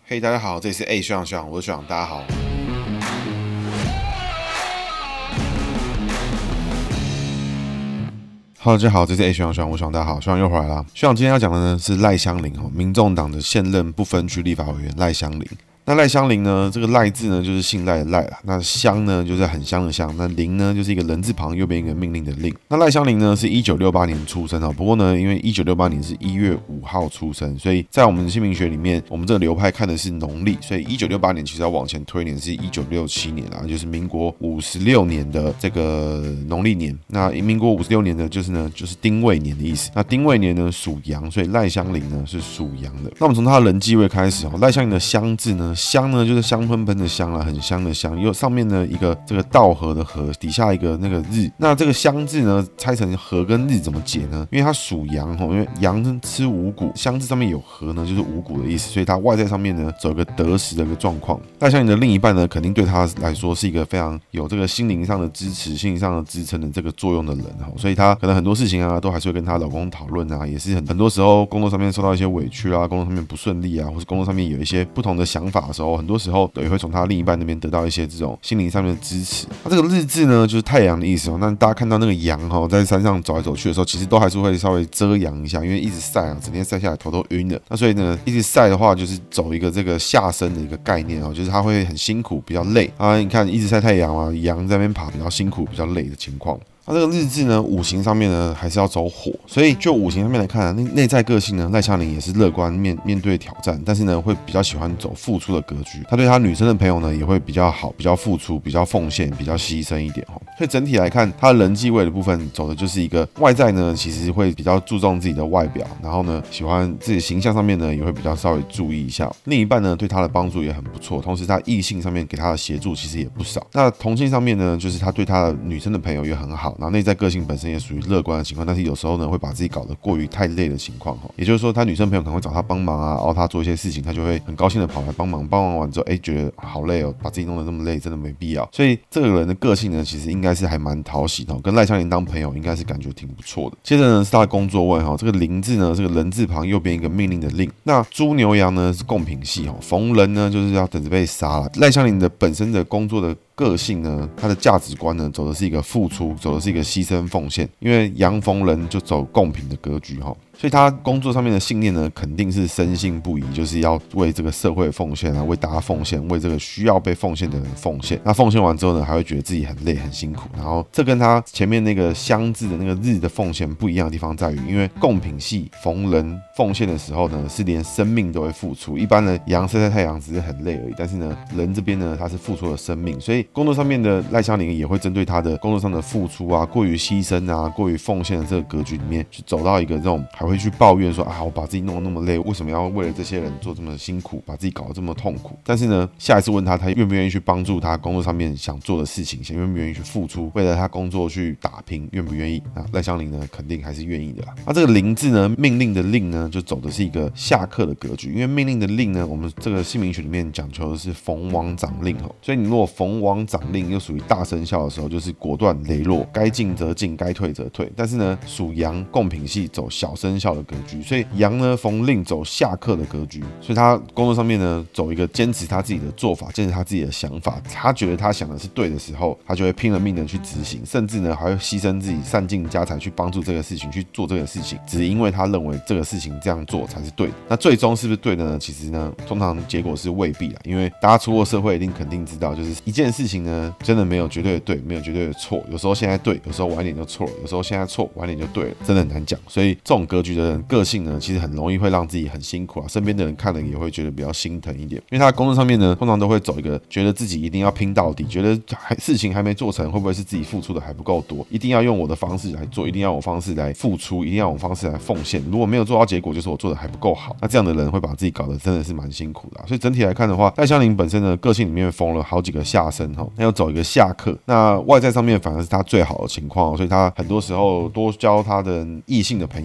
嘿，大家好，这里是学长，我是学长，大家好。Hello， 大家好，这是学长，我是学长，大家好，学长又回来了。学长今天要讲的呢是赖香伶民众党的现任不分区立法委员赖香伶。那赖香伶呢，这个赖字呢就是姓赖的赖啦，那香呢就是很香的香，那伶呢就是一个人字旁右边一个命令的令。那赖香伶呢是1968年出生不过呢因为1968年是1月5号出生，所以在我们姓名学里面，我们这个流派看的是农历，所以1968年其实要往前推年是1967年啦，就是民国56年的这个农历年。那民国56年的就是丁未年的意思。那丁未年呢属羊，所以赖香伶呢是属羊的。那我们从他的人际位开始赖香伶的香字呢，香呢就是香喷喷的香啦，很香的香，又上面呢一个这个稻禾的禾，底下一个那个日。那这个香字呢拆成禾跟日怎么解呢？因为它属羊因为羊吃五谷，香字上面有禾呢就是五谷的意思，所以它外在上面呢走一个得时的一个状况。赖香伶的另一半呢肯定对他来说是一个非常有这个心灵上的支持、心灵上的支撑的这个作用的人所以他可能很多事情都还是会跟她老公讨论也是很多时候工作上面受到一些委屈工作上面不顺利或是工作上面有一些不同的想法的时候，很多时候也会从他另一半那边得到一些这种心灵上面的支持。那这个日字呢就是太阳的意思那大家看到那个羊在山上走来走去的时候，其实都还是会稍微遮阳一下，因为一直晒整天晒下来头都晕了。那所以呢一直晒的话就是走一个这个下身的一个概念就是他会很辛苦比较累你看一直晒太阳羊在那边爬比较辛苦比较累的情况。那这个日字呢，五行上面呢还是要走火，所以就五行上面来看内在个性呢，赖香伶也是乐观面对挑战，但是呢会比较喜欢走付出的格局。他对他女生的朋友呢也会比较好，比较付出，比较奉献，比较牺牲一点所以整体来看，他的人际位的部分走的就是一个外在呢，其实会比较注重自己的外表，然后呢喜欢自己形象上面呢也会比较稍微注意一下。另一半呢对他的帮助也很不错，同时他异性上面给他的协助其实也不少。那同性上面呢，就是他对他的女生的朋友也很好。然后内在个性本身也属于乐观的情况，但是有时候呢会把自己搞得过于太累的情况也就是说他女生朋友可能会找他帮忙然后他做一些事情，他就会很高兴的跑来帮忙，帮忙完之后觉得好累把自己弄得那么累真的没必要。所以这个人的个性呢其实应该是还蛮讨喜跟赖香伶当朋友应该是感觉挺不错的。接着呢是他的工作位这个伶字呢这个人字旁右边一个命令的令。那猪牛羊呢是贡品系逢人呢就是要等着被杀了。赖香伶的本身的工作的个性呢，他的价值观呢走的是一个付出，走的是一个牺牲奉献，因为羊逢人就走贡品的格局所以他工作上面的信念呢肯定是深信不疑，就是要为这个社会奉献为大家奉献，为这个需要被奉献的人奉献。那奉献完之后呢还会觉得自己很累很辛苦。然后这跟他前面那个香字的那个日的奉献不一样的地方在于，因为贡品系逢人奉献的时候呢是连生命都会付出。一般呢羊晒晒太阳只是很累而已，但是呢人这边呢他是付出了生命，所以工作上面的赖香伶也会针对他的工作上的付出过于牺牲过于奉献的这个格局里面去走到一个这种还会去抱怨说我把自己弄得那么累，为什么要为了这些人做这么辛苦，把自己搞得这么痛苦。但是呢下一次问他愿不愿意去帮助他工作上面想做的事情，愿不愿意去付出，为了他工作去打拼，愿不愿意赖香伶呢肯定还是愿意的啦。那这个伶字呢命令的令呢就走的是一个下克的格局，因为命令的令呢我们这个姓名学里面讲求的是逢王长令所以你如果逢王长令又属于大生肖的时候，就是果断雷落，该进则进，该退则退。但是呢属羊贡品系走小生肖的格局，所以羊呢逢令走下克的格局，所以他工作上面呢走一个坚持他自己的做法，坚持他自己的想法，他觉得他想的是对的时候，他就会拼了命的去执行，甚至呢还会牺牲自己散尽家财去帮助这个事情，去做这个事情，只因为他认为这个事情这样做才是对的。那最终是不是对的呢？其实呢通常结果是未必啦，因为大家出过社会一定肯定知道，就是一件事情呢真的没有绝对的对，没有绝对的错，有时候现在对，有时候晚一点就错了，有时候现在错晚一点就对了，真的很难讲。所以这种格局的人个性呢其实很容易会让自己很辛苦身边的人看了也会觉得比较心疼一点。因为他的工作上面呢通常都会走一个觉得自己一定要拼到底，觉得事情还没做成会不会是自己付出的还不够多，一定要用我的方式来做，一定要用我方式来付出，一定要用我方式来奉献，如果没有做到结果就是我做的还不够好，那这样的人会把自己搞得真的是蛮辛苦的所以整体来看的话，赖香伶本身的个性里面封了好几个下身那要走一个下克。那外在上面反而是他最好的情况所以他很多时候多交他的异性的朋友，我觉得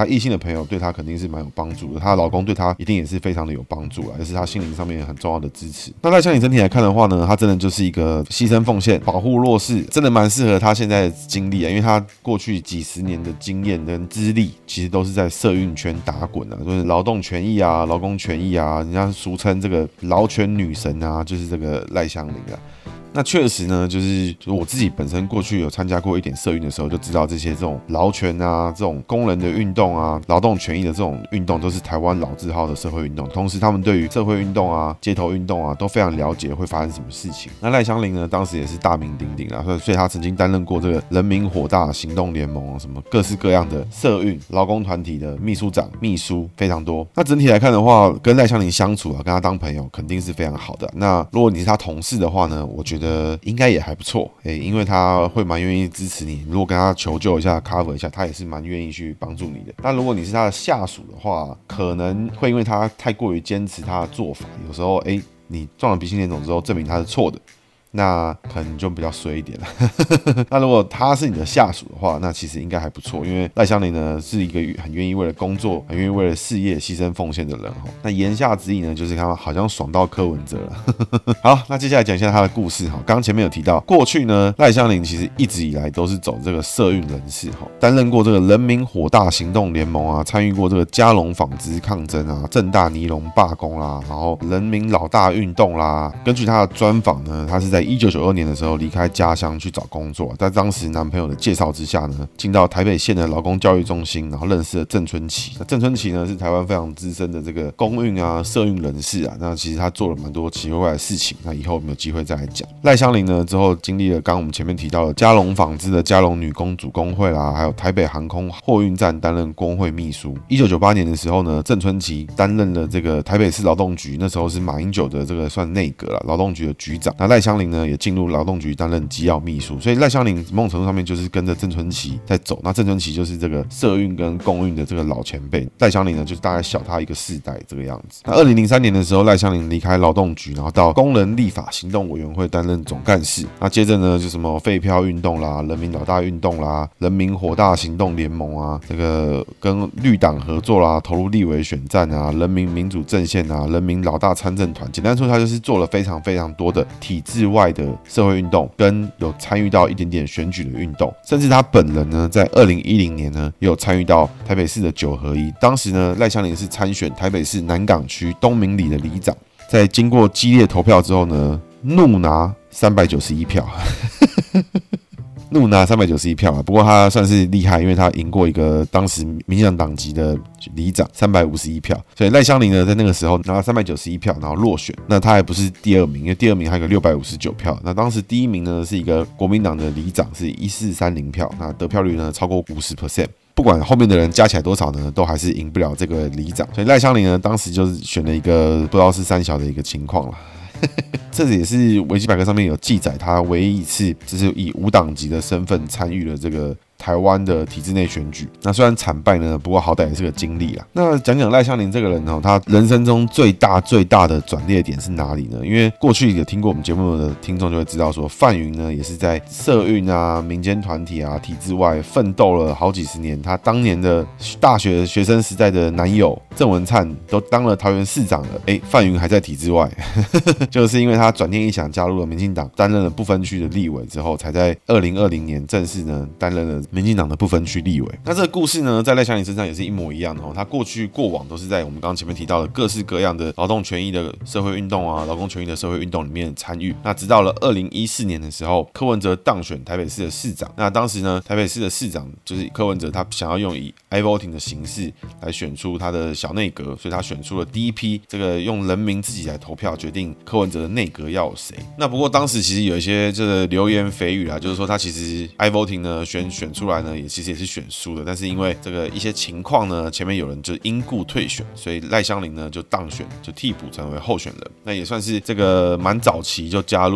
她异性的朋友对她肯定是蛮有帮助的，她的老公对她一定也是非常的有帮助啦，也是她心灵上面很重要的支持。那赖香伶整体来看的话呢，她真的就是一个牺牲奉献、保护弱势，真的蛮适合她现在的经历啊，因为她过去几十年的经验跟资历，其实都是在社运圈打滚啊，就是劳动权益啊、劳工权益啊，人家俗称这个劳权女神啊，就是这个赖香伶啊。那确实呢，就是我自己本身过去有参加过一点社运的时候，就知道这些这种劳权啊、这种工人的运动啊、劳动权益的这种运动，都是台湾老字号的社会运动。同时，他们对于社会运动啊、街头运动啊，都非常了解会发生什么事情。那赖香伶呢，当时也是大名鼎鼎啦，所以他曾经担任过这个人民火大行动联盟啊，什么各式各样的社运、劳工团体的秘书长、秘书非常多。那整体来看的话，跟赖香伶相处啊，跟他当朋友肯定是非常好的。那如果你是他同事的话呢，我觉得应该也还不错，因为他会蛮愿意支持你。如果跟他求救一下、cover 一下，他也是蛮愿意去帮助你的。那如果你是他的下属的话，可能会因为他太过于坚持他的做法，有时候你撞了鼻青脸肿之后，证明他是错的。那可能就比较衰一点了。那如果他是你的下属的话，那其实应该还不错，因为赖香伶呢是一个很愿意为了工作、很愿意为了事业牺牲奉献的人哈。那言下之意呢，就是他好像爽到柯文哲了。好，那接下来讲一下他的故事哈。刚刚前面有提到，过去呢赖香伶其实一直以来都是走这个社运人士哈，担任过这个人民火大行动联盟啊，参与过这个嘉农纺织抗争啊、正大尼龙罢工啦，然后人民老大运动啦。根据他的专访呢，他是在1992年的时候离开家乡去找工作，在当时男朋友的介绍之下呢，进到台北县的劳工教育中心，然后认识了郑春琪。那郑春琪呢是台湾非常资深的这个公运啊、社运人士啊，那其实他做了蛮多奇奇怪怪的事情，那以后我们有机会再来讲。赖香伶呢之后经历了刚刚我们前面提到的嘉农纺织的嘉农女工主工会啦，还有台北航空货运站担任工会秘书。1998年的时候呢，郑春琪担任了这个台北市劳动局，那时候是马英九的这个算内阁啦，劳动局的局长。那赖香伶呢也进入劳动局担任机要秘书，所以赖香伶某种程度上面就是跟着郑春琪在走。那郑春琪就是这个社运跟共运的这个老前辈，赖香伶呢就是大概小他一个世代这个样子。那2003年的时候，赖香伶离开劳动局，然后到工人立法行动委员会担任总干事。那接着呢，就什么废票运动啦、人民老大运动啦、人民火大行动联盟啊，这个跟绿党合作啦，投入立委选战啊，人民民主阵线啊，人民老大参政团。简单说，他就是做了非常非常多的体制外的社会运动，跟有参与到一点点选举的运动，甚至他本人呢，在2010年呢，也有参与到台北市的9合1。当时呢，赖香伶是参选台北市南港区东明里的里长，在经过激烈投票之后呢，怒拿391票。怒拿391票啊！不过他算是厉害，因为他赢过一个当时民进党党籍的里长351票，所以赖香伶呢在那个时候拿了391票，然后落选。那他还不是第二名，因为第二名还有个659票。那当时第一名呢是一个国民党的里长，是1430票，那得票率呢超过50%。不管后面的人加起来多少呢，都还是赢不了这个里长。所以赖香伶呢当时就是选了一个不知道是三小的一个情况了。这也是维基百科上面有记载，他唯一一次就是以无党籍的身份参与了这个台湾的体制内选举。那虽然惨败呢，不过好歹也是个经历啦。那讲讲赖香伶这个人他人生中最大的转捩点是哪里呢？因为过去有听过我们节目的听众就会知道说，范云呢也是在社运啊、民间团体啊、体制外奋斗了好几十年。他当年的大学学生时代的男友郑文灿都当了桃园市长了，范云还在体制外，就是因为他转念一想加入了民进党，担任了不分区的立委之后，才在2020年正式呢担任了民进党的不分区立委。那这个故事呢，在赖香伶身上也是一模一样的他过往都是在我们刚刚前面提到的各式各样的劳动权益的社会运动啊、劳工权益的社会运动里面参与。那直到了2014年的时候，柯文哲当选台北市的市长。那当时呢，台北市的市长就是柯文哲，他想要用以 i-voting 的形式来选出他的小内阁，所以他选出了第一批这个用人民自己来投票决定柯文哲的内阁要有谁。那不过当时其实有一些这个流言蜚语啦，就是说他其实 i-voting 呢选出来呢，其实也是选输的，但是因为这个一些情况呢，前面有人就因故退选，所以赖香伶呢就当选，就替补成为候选人。那也算是这个蛮早期就加入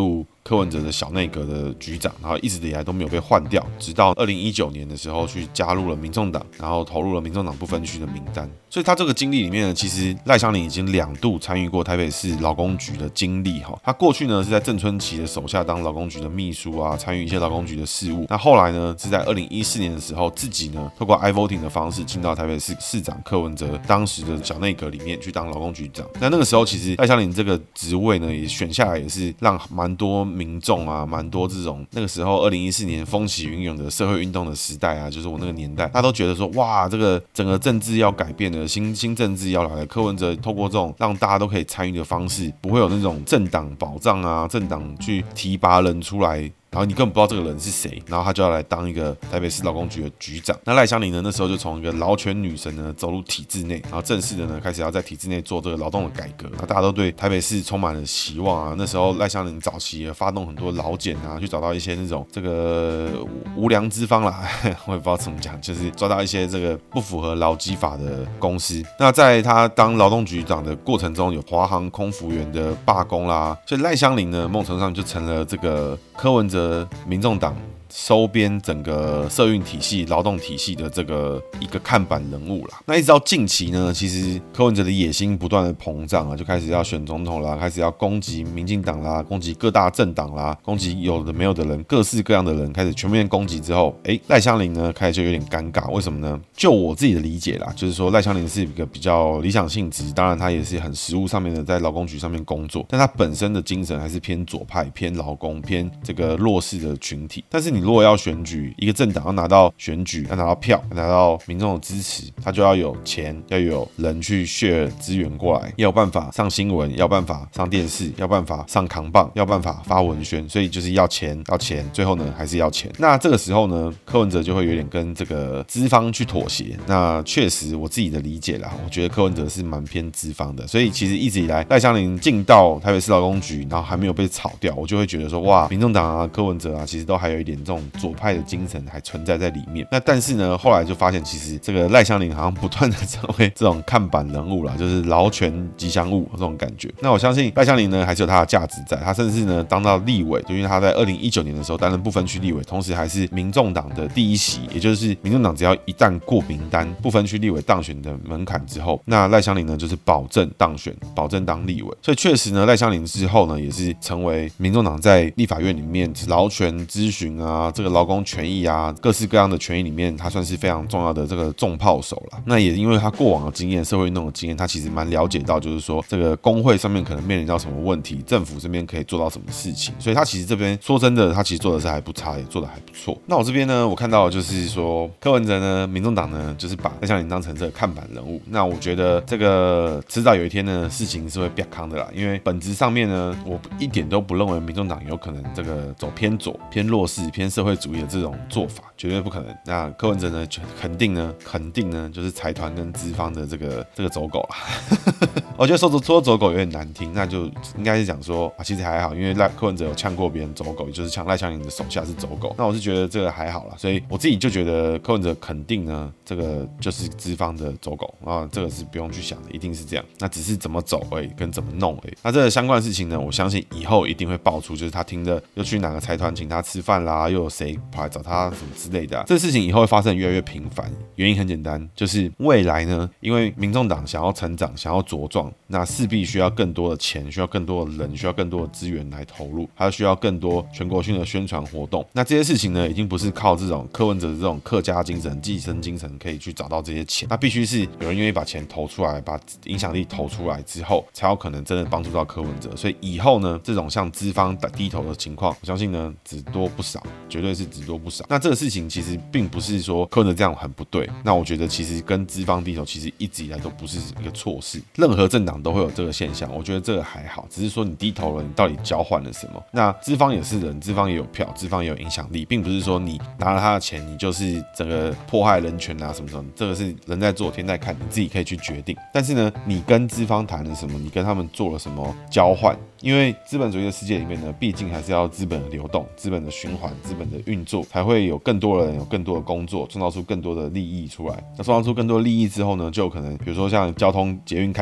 柯文哲的小内阁的局长，然后一直以来都没有被换掉，直到2019年的时候去加入了民众党，然后投入了民众党不分区的名单。所以他这个经历里面呢，其实赖香伶已经2度参与过台北市劳工局的经历哈。他过去呢是在郑春琪的手下当劳工局的秘书啊，参与一些劳工局的事务。那后来呢是在2014年的时候，自己呢透过 iVoting 的方式进到台北市市长柯文哲当时的小内阁里面去当劳工局长。那个时候其实赖香伶这个职位呢也选下来，也是让蛮多民众啊，蛮多这种那个时候2014年风起云涌的社会运动的时代啊，就是我那个年代，他都觉得说哇，这个整个政治要改变了，新政治要来了。柯文哲透过这种让大家都可以参与的方式，不会有那种政党保障啊，政党去提拔人出来，然后你根本不知道这个人是谁，然后他就要来当一个台北市劳工局的局长。那赖香伶呢，那时候就从一个劳权女神呢走入体制内，然后正式的呢开始要在体制内做这个劳动的改革。那大家都对台北市充满了希望啊。那时候赖香伶早期也发动很多劳检啊，去找到一些那种这个无良资方啦，我也不知道怎么讲，就是抓到一些这个不符合劳基法的公司。那在他当劳动局长的过程中，有华航空服员的罢工啦，所以赖香伶呢，某种程度上就成了这个柯文哲民众党收编整个社运体系、劳动体系的这个一个看板人物啦。那一直到近期呢，其实柯文哲的野心不断的膨胀啊，就开始要选总统啦，开始要攻击民进党啦，攻击各大政党啦，攻击有的没有的人，各式各样的人开始全面攻击之后，赖香伶呢开始就有点尴尬。为什么呢？就我自己的理解啦，就是说赖香伶是一个比较理想性质，当然他也是很实务上面的，在劳工局上面工作，但他本身的精神还是偏左派、偏劳工、偏这个弱势的群体。但是你如果要选举一个政党，要拿到选举，要拿到票，要拿到民众的支持，他就要有钱，要有人去 share 资源过来，要有办法上新闻，要有办法上电视，要有办法上扛棒，要有办法发文宣，所以就是要钱，要钱，最后呢还是要钱。那这个时候呢，柯文哲就会有点跟这个资方去妥协。那确实我自己的理解啦，我觉得柯文哲是蛮偏资方的，所以其实一直以来赖香伶进到台北市劳工局，然后还没有被炒掉，我就会觉得说哇，民众党啊、柯文哲啊，其实都还有一点这种左派的精神还存在里面。那但是呢，后来就发现其实这个赖香伶好像不断的成为这种看板人物啦，就是劳权吉祥物这种感觉。那我相信赖香伶呢还是有他的价值在，他甚至呢当到立委，就因为他在2019年的时候担任不分区立委，同时还是民众党的第一席，也就是民众党只要一旦过名单不分区立委当选的门槛之后，那赖香伶呢就是保证当选，保证当立委。所以确实呢，赖香伶之后呢也是成为民众党在立法院里面劳权咨询啊，这个劳工权益啊，各式各样的权益里面，他算是非常重要的这个重炮手啦。那也因为他过往的经验，社会运动的经验，他其实蛮了解到，就是说这个工会上面可能面临到什么问题，政府这边可以做到什么事情，所以他其实这边说真的，他其实做的是还不差，也做的还不错。那我这边呢，我看到就是说柯文哲呢，民众党呢，就是把赖香伶当成这个看板人物。那我觉得这个迟早有一天呢，事情是会变康的啦，因为本质上面呢，我一点都不认为民众党有可能这个走偏左、偏弱势、偏社会主义的这种做法，绝对不可能。那柯文哲呢，肯定呢，就是财团跟资方的这个走狗啦。我觉得说走狗有点难听，那就应该是讲说啊，其实还好，因为柯文哲有呛过别人走狗，也就是呛赖香伶的手下是走狗。那我是觉得这个还好啦，所以我自己就觉得柯文哲肯定呢，这个就是资方的走狗啊，这个是不用去想的，一定是这样。那只是怎么走而已，跟怎么弄而已。那这个相关的事情呢，我相信以后一定会爆出，就是他听的又去哪个财团请他吃饭啦，又有谁跑来找他什么之类的啊。这个事情以后会发生越来越频繁，原因很简单，就是未来呢，因为民众党想要成长，想要茁壮，那势必需要更多的钱，需要更多的人，需要更多的资源来投入，还有需要更多全国性的宣传活动。那这些事情呢，已经不是靠这种柯文哲的这种客家精神、寄生精神可以去找到这些钱，那必须是有人愿意把钱投出来，把影响力投出来之后，才有可能真的帮助到柯文哲。所以以后呢，这种像资方低头的情况，我相信呢，只多不少，绝对是只多不少。那这个事情其实并不是说柯文哲这样很不对，那我觉得其实跟资方低头其实一直以来都不是一个错事，任何政党都会有这个现象，我觉得这个还好，只是说你低头了，你到底交换了什么？那资方也是人，资方也有票，资方也有影响力，并不是说你拿了他的钱，你就是整个迫害人权啊什么什么，这个是人在做天在看，你自己可以去决定。但是呢，你跟资方谈了什么？你跟他们做了什么交换？因为资本主义的世界里面呢，毕竟还是要资本的流动、资本的循环、资本的运作，才会有更多的人有更多的工作，创造出更多的利益出来。那创造出更多的利益之后呢，就有可能比如说像交通捷运开过去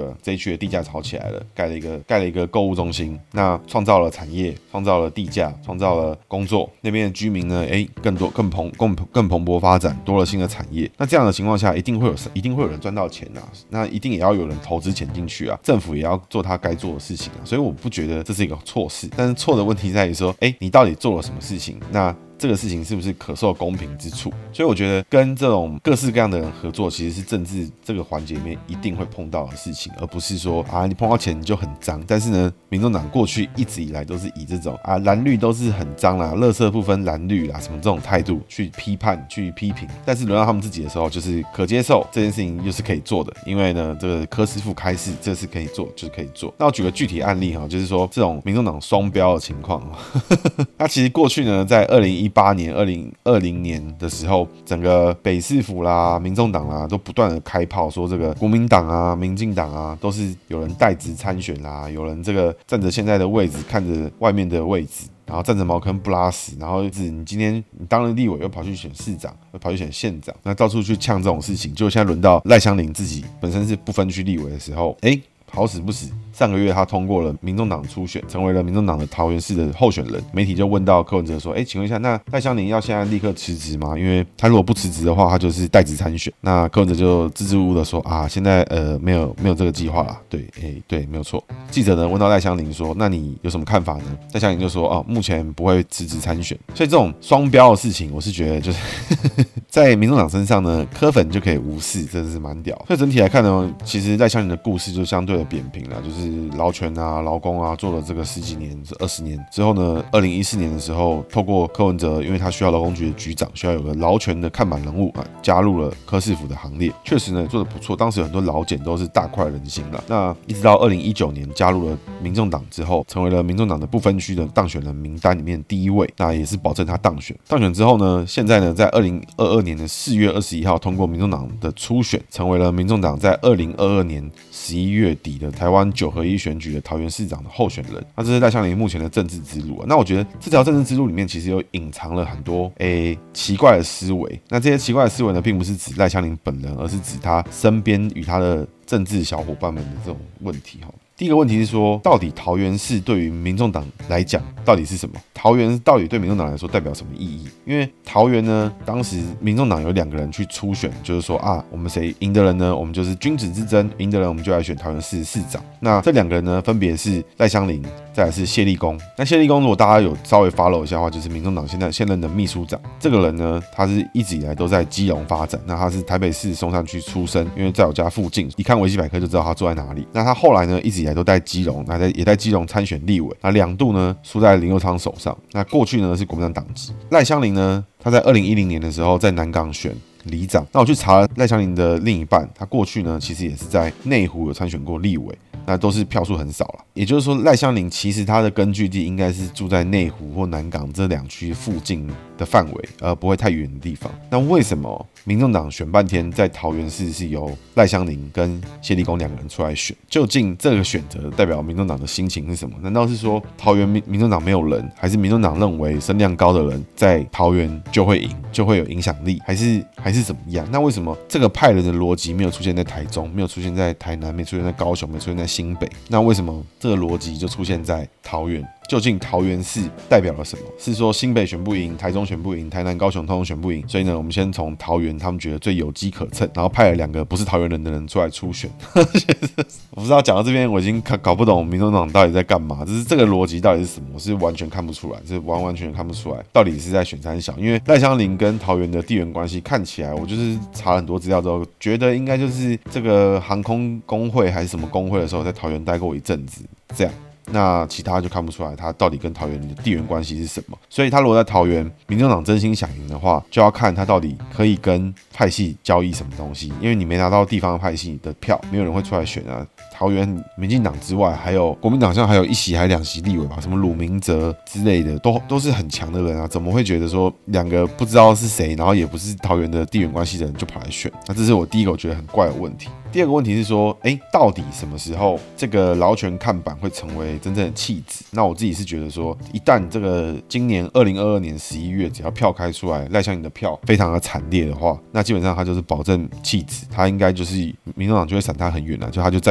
个这一区的地价炒起来了，盖了一个购物中心，那创造了产业，创造了地价，创造了工作，那边的居民呢，更蓬勃发展，多了新的产业。那这样的情况下，一定会有人赚到钱啊，那一定也要有人投资钱进去啊，政府也要做他该做的事情啊，所以我不觉得这是一个错事，但是错的问题在于说，你到底做了什么事情？那这个事情是不是可受公平之处？所以我觉得跟这种各式各样的人合作，其实是政治这个环节里面一定会碰到的事情，而不是说你碰到钱你就很脏。但是呢，民众党过去一直以来都是以这种蓝绿都是很脏啦，垃圾不分蓝绿啦，什么这种态度去批判、去批评。但是轮到他们自己的时候，就是可接受这件事情，就是可以做的。因为呢，这个柯师傅开示，这是可以做，就是可以做。那我举个具体案例哈，就是说这种民众党双标的情况，那其实过去呢，在2018年、2020年的时候，整个北市府啦、民众党啦，都不断的开炮说这个国民党啊、民进党啊，都是有人代职参选啦，有人这个站着现在的位置，看着外面的位置。然后站着茅坑不拉屎，然后你今天你当了立委，又跑去选市长，又跑去选县长，那到处去呛这种事情。结果现在轮到赖香伶自己本身是不分区立委的时候，好死不死，上个月他通过了民众党初选，成为了民众党的桃园市的候选人。媒体就问到柯文哲说：“请问一下，那赖香伶要现在立刻辞职吗？因为他如果不辞职的话，他就是代职参选。”那柯文哲就支支吾吾的说：“现在没有这个计划啦。”对，对，没有错。记者呢问到赖香伶说：“那你有什么看法呢？”赖香伶就说：“目前不会辞职参选。”所以这种双标的事情，我是觉得就是在民众党身上呢，柯粉就可以无视，真的是蛮屌。所以整体来看呢，其实赖香伶的故事就相对的扁平了，就是劳权啊、劳工啊，做了这个10几年、20年之后呢，2014年的时候，透过柯文哲，因为他需要劳工局的局长，需要有个劳权的看板人物加入了柯市府的行列，确实呢做得不错。当时有很多劳检都是大快人心了。那一直到2019年加入了民众党之后，成为了民众党的不分区的当选人名单里面第1位，那也是保证他当选。当选之后呢，现在呢在2022年的4月21号通过民众党的初选，成为了民众党在2022年11月底的台湾9合1选举的桃园市长的候选人。那这是赖香伶目前的政治之路啊。那我觉得这条政治之路里面其实有隐藏了很多奇怪的思维。那这些奇怪的思维呢，并不是指赖香伶本人，而是指他身边与他的政治小伙伴们的这种问题哈。第一个问题是说，到底桃园市对于民众党来讲到底是什么？桃园到底对民众党来说代表什么意义？因为桃园呢，当时民众党有2个人去初选，就是说我们谁赢的人呢，我们就是君子之争，赢的人我们就来选桃园市市长。那这2个人呢，分别是赖香伶，再来是谢立功。那谢立功如果大家有稍微 follow 一下的话，就是民众党现任的秘书长。这个人呢，他是一直以来都在基隆发展。那他是台北市松山区出生，因为在我家附近，一看维基百科就知道他住在哪里。那他后来呢，一直以来都在基隆，也在基隆参选立委。那2度呢输在林右昌手上。那过去呢是国民党党籍。赖香伶呢，他在2010年的时候在南港选里长。那我去查了赖香伶的另一半，他过去呢其实也是在内湖有参选过立委。那都是票数很少了，也就是说赖香伶其实他的根据地应该是住在内湖或南港这2区附近的范围，不会太远的地方。那为什么民众党选半天在桃园市是由赖香伶跟谢立功2个人出来选？究竟这个选择代表民众党的心情是什么？难道是说桃园民众党没有人，还是民众党认为声量高的人在桃园就会赢，就会有影响力，还是怎么样？那为什么这个派人的逻辑没有出现在台中，没有出现在台南，没出现在高雄，没出现在新北？那为什么这个逻辑就出现在桃园？究竟桃园市代表了什么？是说新北选不赢，台中选不赢，台南高雄通通选不赢？所以呢，我们先从桃园他们觉得最有机可乘，然后派了2个不是桃园人的人出来初选。我不知道讲到这边，我已经搞不懂民众党到底在干嘛，就是这个逻辑到底是什么？我是完全看不出来，是完全看不出来，到底是在选三小。因为赖香伶跟桃园的地缘关系看起来，我就是查了很多资料之后，觉得应该就是这个航空工会还是什么工会的时候，在桃园待过一阵子这样。那其他就看不出来他到底跟桃园的地缘关系是什么。所以他如果在桃园民众党真心想赢的话，就要看他到底可以跟派系交易什么东西。因为你没拿到地方派系的票，没有人会出来选啊。桃园民进党之外，还有国民党上还有1席还2席立委吧，什么鲁明哲之类的，都是很强的人啊，怎么会觉得说2个不知道是谁，然后也不是桃园的地缘关系的人就跑来选？那这是我第一个我觉得很怪的问题。第2个问题是说，到底什么时候这个劳权看板会成为真正的弃子？那我自己是觉得说，一旦这个今年2022年11月，只要票开出来，赖香伶的票非常的惨烈的话，那基本上他就是保证弃子，他应该就是民众党就会闪他很远了，就他就再也不用拿到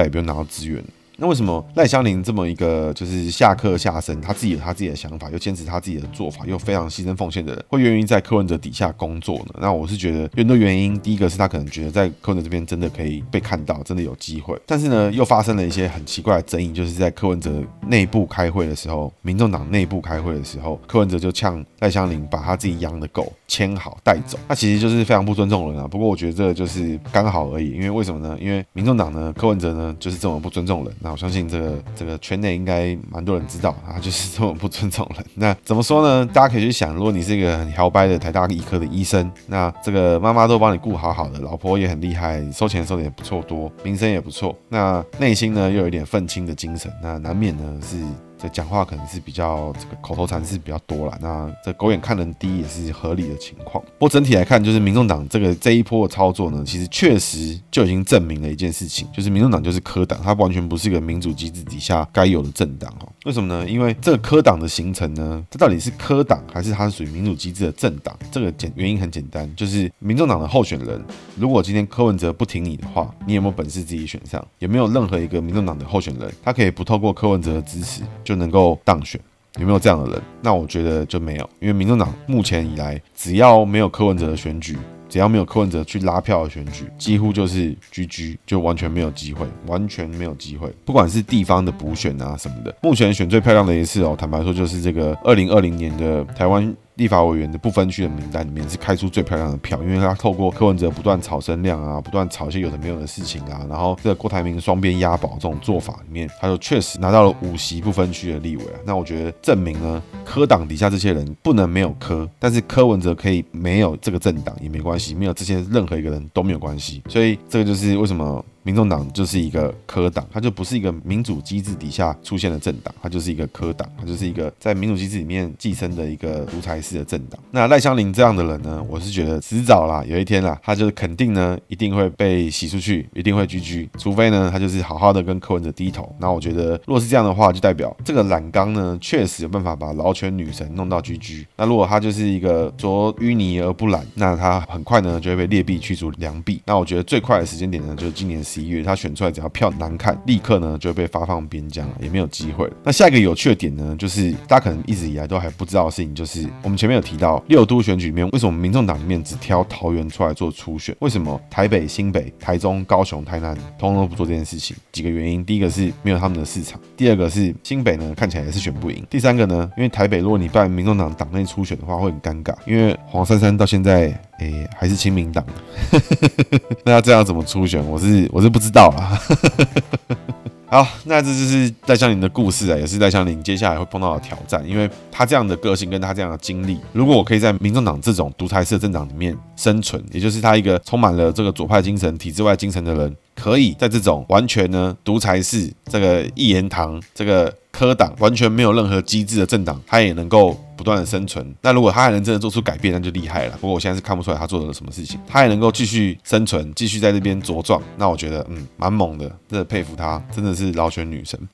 到资源。那为什么赖香伶这么一个就是下课下生，他自己有他自己的想法，又坚持他自己的做法，又非常牺牲奉献的人，会愿意在柯文哲底下工作呢？那我是觉得有很多原因，第一个是他可能觉得在柯文哲这边真的可以被看到，真的有机会，但是呢，又发生了一些很奇怪的争议，就是在柯文哲内部开会的时候，民众党内部开会的时候，柯文哲就呛赖香伶把他自己养的狗牵好带走，那其实就是非常不尊重人啊。不过我觉得这个就是刚好而已，因为为什么呢？因为民众党呢，柯文哲呢就是这么不尊重人，那我相信这个圈内应该蛮多人知道，他就是这么不尊重人。那怎么说呢？大家可以去想，如果你是一个很摇摆的台大医科的医生，那这个妈妈都帮你顾好好的，老婆也很厉害，收钱收的也不错多，名声也不错，那内心呢又有一点愤青的精神，那难免呢是这讲话可能是比较这个口头禅是比较多啦，那这狗眼看人低也是合理的情况。不过整体来看，就是民众党这一波的操作呢，其实确实就已经证明了一件事情，就是民众党就是柯党，它完全不是一个民主机制底下该有的政党哦。为什么呢？因为这个柯党的形成呢，这到底是柯党还是它是属于民主机制的政党？这个原因很简单，就是民众党的候选人，如果今天柯文哲不挺你的话，你有没有本事自己选上？有没有任何一个民众党的候选人，他可以不透过柯文哲的支持就能够当选？有没有这样的人？那我觉得就没有，因为民众党目前以来，只要没有柯文哲的选举，只要没有柯文哲去拉票的选举，几乎就是 GG， 就完全没有机会，完全没有机会。不管是地方的补选啊什么的，目前选最漂亮的一次坦白说就是这个2020年的台湾立法委员的不分区的名单里面是开出最漂亮的票，因为他透过柯文哲不断炒声量啊，不断炒一些有的没有的事情啊，然后这个郭台铭双边押宝这种做法里面，他就确实拿到了5席不分区的立委啊。那我觉得证明呢，柯党底下这些人不能没有柯，但是柯文哲可以没有这个政党也没关系，没有这些任何一个人都没有关系。所以这个就是为什么民众党就是一个柯党，它就不是一个民主机制底下出现的政党，它就是一个柯党，它就是一个在民主机制里面寄生的一个独裁式的政党。那赖香伶这样的人呢，我是觉得迟早啦，有一天啦，他就是肯定呢一定会被洗出去，一定会 GG， 除非呢他就是好好的跟柯文哲低头。那我觉得如果是这样的话，就代表这个染缸呢确实有办法把劳权女神弄到 GG。那如果他就是一个着淤泥而不染，那他很快呢就会被劣币驱逐良币。那我觉得最快的时间点呢，就是今年11月，他选出来只要票难看，立刻呢就会被发放边疆了，也没有机会了。那下一个有趣的点呢，就是大家可能一直以来都还不知道的事情，就是我们前面有提到6都选举里面，为什么民众党里面只挑桃园出来做初选？为什么台北、新北、台中、高雄、台南通通都不做这件事情？几个原因，第一个是没有他们的市场，第二个是新北呢看起来也是选不赢，第三个呢，因为台北如果你办民众党党内初选的话会很尴尬，因为黄珊珊到现在还是亲民党那要这样怎么初选？我是不知道啦好，那这就是赖香伶的故事啊，也是赖香伶接下来会碰到的挑战。因为他这样的个性跟他这样的经历，如果我可以在民众党这种独裁式的政党里面生存，也就是他一个充满了这个左派精神、体制外精神的人，可以在这种完全呢独裁式、这个一言堂、这个柯党完全没有任何机制的政党，他也能够不断的生存。那如果他还能真的做出改变，那就厉害了。不过我现在是看不出来他做了什么事情，他还能够继续生存，继续在这边茁壮，那我觉得蛮猛的，真的佩服他，真的是劳权女神。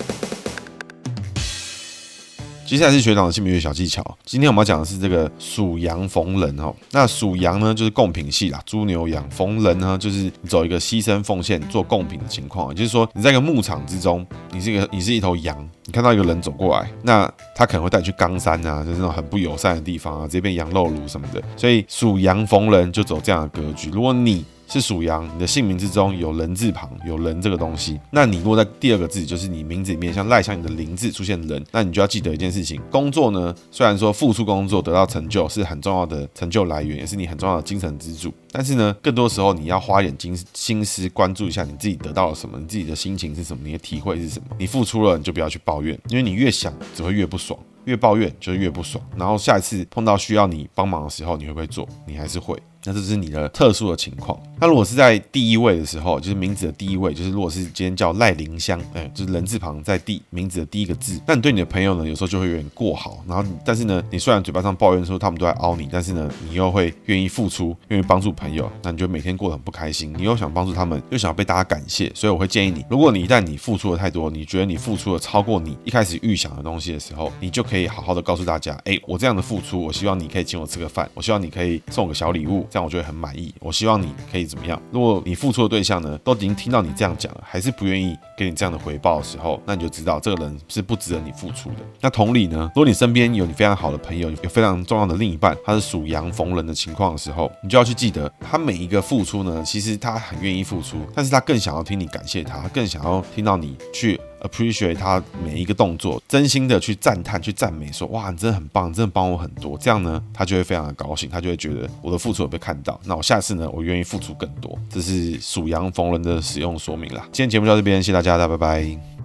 接下来是学长的性别学小技巧。今天我们要讲的是这个属羊逢人哦。那属羊呢，就是贡品系啦，猪牛羊；逢人呢，就是你走一个牺牲奉献做贡品的情况。也就是说，你在一个牧场之中，你是一头羊，你看到一个人走过来，那他可能会带你去冈山啊，就是那种很不友善的地方啊，直接变羊肉炉什么的。所以属羊逢人就走这样的格局。如果你是属羊，你的姓名之中有人字旁，有人这个东西，那你如果在第二个字，就是你名字里面像赖香伶的伶字出现人，那你就要记得一件事情：工作呢，虽然说付出工作得到成就是很重要的成就来源，也是你很重要的精神支柱，但是呢，更多时候你要花一点心思关注一下你自己得到了什么，你自己的心情是什么，你的体会是什么。你付出了，你就不要去抱怨，因为你越想只会越不爽。越抱怨就是越不爽，然后下一次碰到需要你帮忙的时候，你会不会做？你还是会。那这是你的特殊的情况。那如果是在第一位的时候，就是名字的第一位，就是如果是今天叫赖玲香，就是人字旁在名字的第一个字，那你对你的朋友呢，有时候就会有点过好。然后但是呢，你虽然嘴巴上抱怨说他们都在凹你，但是呢，你又会愿意付出，愿意帮助朋友，那你就每天过得很不开心。你又想帮助他们，又想要被大家感谢，所以我会建议你，如果你一旦你付出了太多，你觉得你付出了超过你一开始预想的东西的时候，你就可以好好的告诉大家，我这样的付出，我希望你可以请我吃个饭，我希望你可以送我个小礼物， 这样我就会很满意。我希望你可以怎么样？如果你付出的对象呢，都已经听到你这样讲了，还是不愿意给你这样的回报的时候，那你就知道这个人是不值得你付出的。那同理呢，如果你身边有你非常好的朋友，有非常重要的另一半，他是属羊逢人的情况的时候，你就要去记得，他每一个付出呢，其实他很愿意付出，但是他更想要听你感谢他，他更想要听到你去appreciate 他每一个动作，真心的去赞叹、去赞美，说哇，你真的很棒，你真的帮我很多。这样呢，他就会非常的高兴，他就会觉得我的付出有被看到。那我下次呢，我愿意付出更多。这是属羊逢人的使用说明啦。今天节目就到这边，谢谢大家，拜拜。